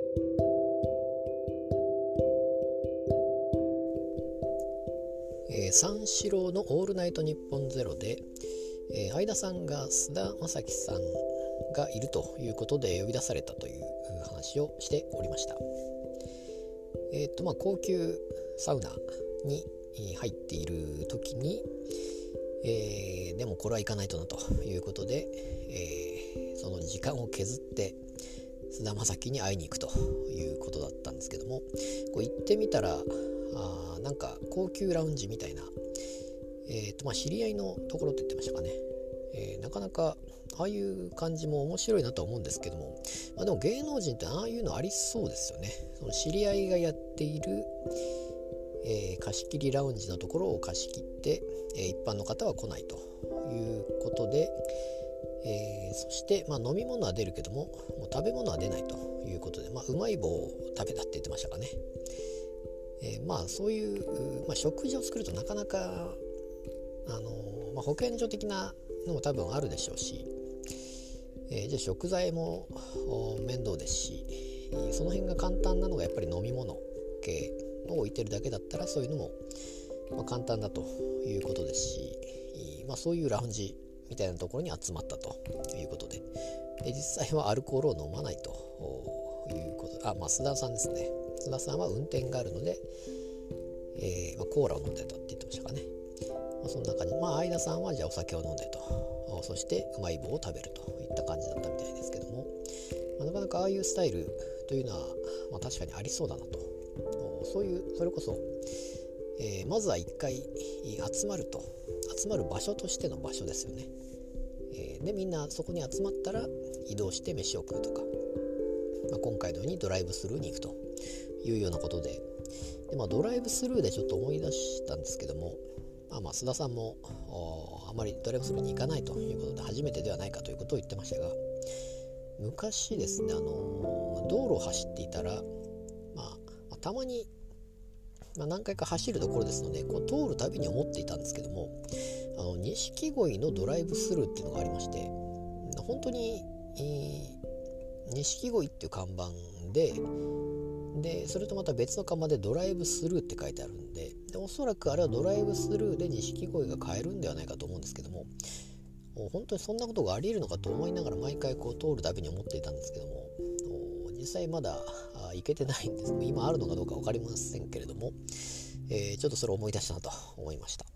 三四郎のオールナイトニッポンゼロで、相田さんが菅田将暉さんがいるということで呼び出されたという話をしておりました。高級サウナに入っている時に、でもこれは行かないとなということで、その時間を削って菅田将暉に会いに行くということだったんですけども、こう行ってみたらなんか高級ラウンジみたいな、知り合いのところと言ってましたかね、なかなかああいう感じも面白いなと思うんですけども、でも芸能人ってああいうのありそうですよね。その知り合いがやっている、貸し切りラウンジのところを貸し切って、一般の方は来ないということで、そして、飲み物は出るけども、もう食べ物は出ないということで、うまい棒を食べたって言ってましたかね。そういう、食事を作るとなかなか保健所的なのも多分あるでしょうし、じゃあ食材も面倒ですし、その辺が簡単なのがやっぱり飲み物系を置いてるだけだったらそういうのも、簡単だということですし、そういうラウンジみたいなところに集まったということで、実際はアルコールを飲まないということで、須田さんですね。須田さんは運転があるので、コーラを飲んでたって言ってましたかね。そんな感じ。相田さんはじゃあお酒を飲んでと、そしてうまい棒を食べるといった感じだったみたいですけども、なかなかああいうスタイルというのは、確かにありそうだなと。それこそ、まずは一回集まる場所としての場所ですよね。でみんなそこに集まったら移動して飯を食うとか、今回のようにドライブスルーに行くというようなことで、ドライブスルーでちょっと思い出したんですけども、須田さんもあまりドライブスルーに行かないということで初めてではないかということを言ってましたが、昔ですね、道路を走っていたら、たまに、何回か走るところですので、こう通るたびに思っていたんですけども、錦鯉のドライブスルーっていうのがありまして、本当に錦鯉っていう看板でそれとまた別の看板でドライブスルーって書いてあるんで、おそらくあれはドライブスルーで錦鯉が買えるんではないかと思うんですけども、本当にそんなことがあり得るのかと思いながら毎回こう通るたびに思っていたんですけども、実際まだ行けてないんです。今あるのかどうか分かりませんけれども、ちょっとそれを思い出したなと思いました。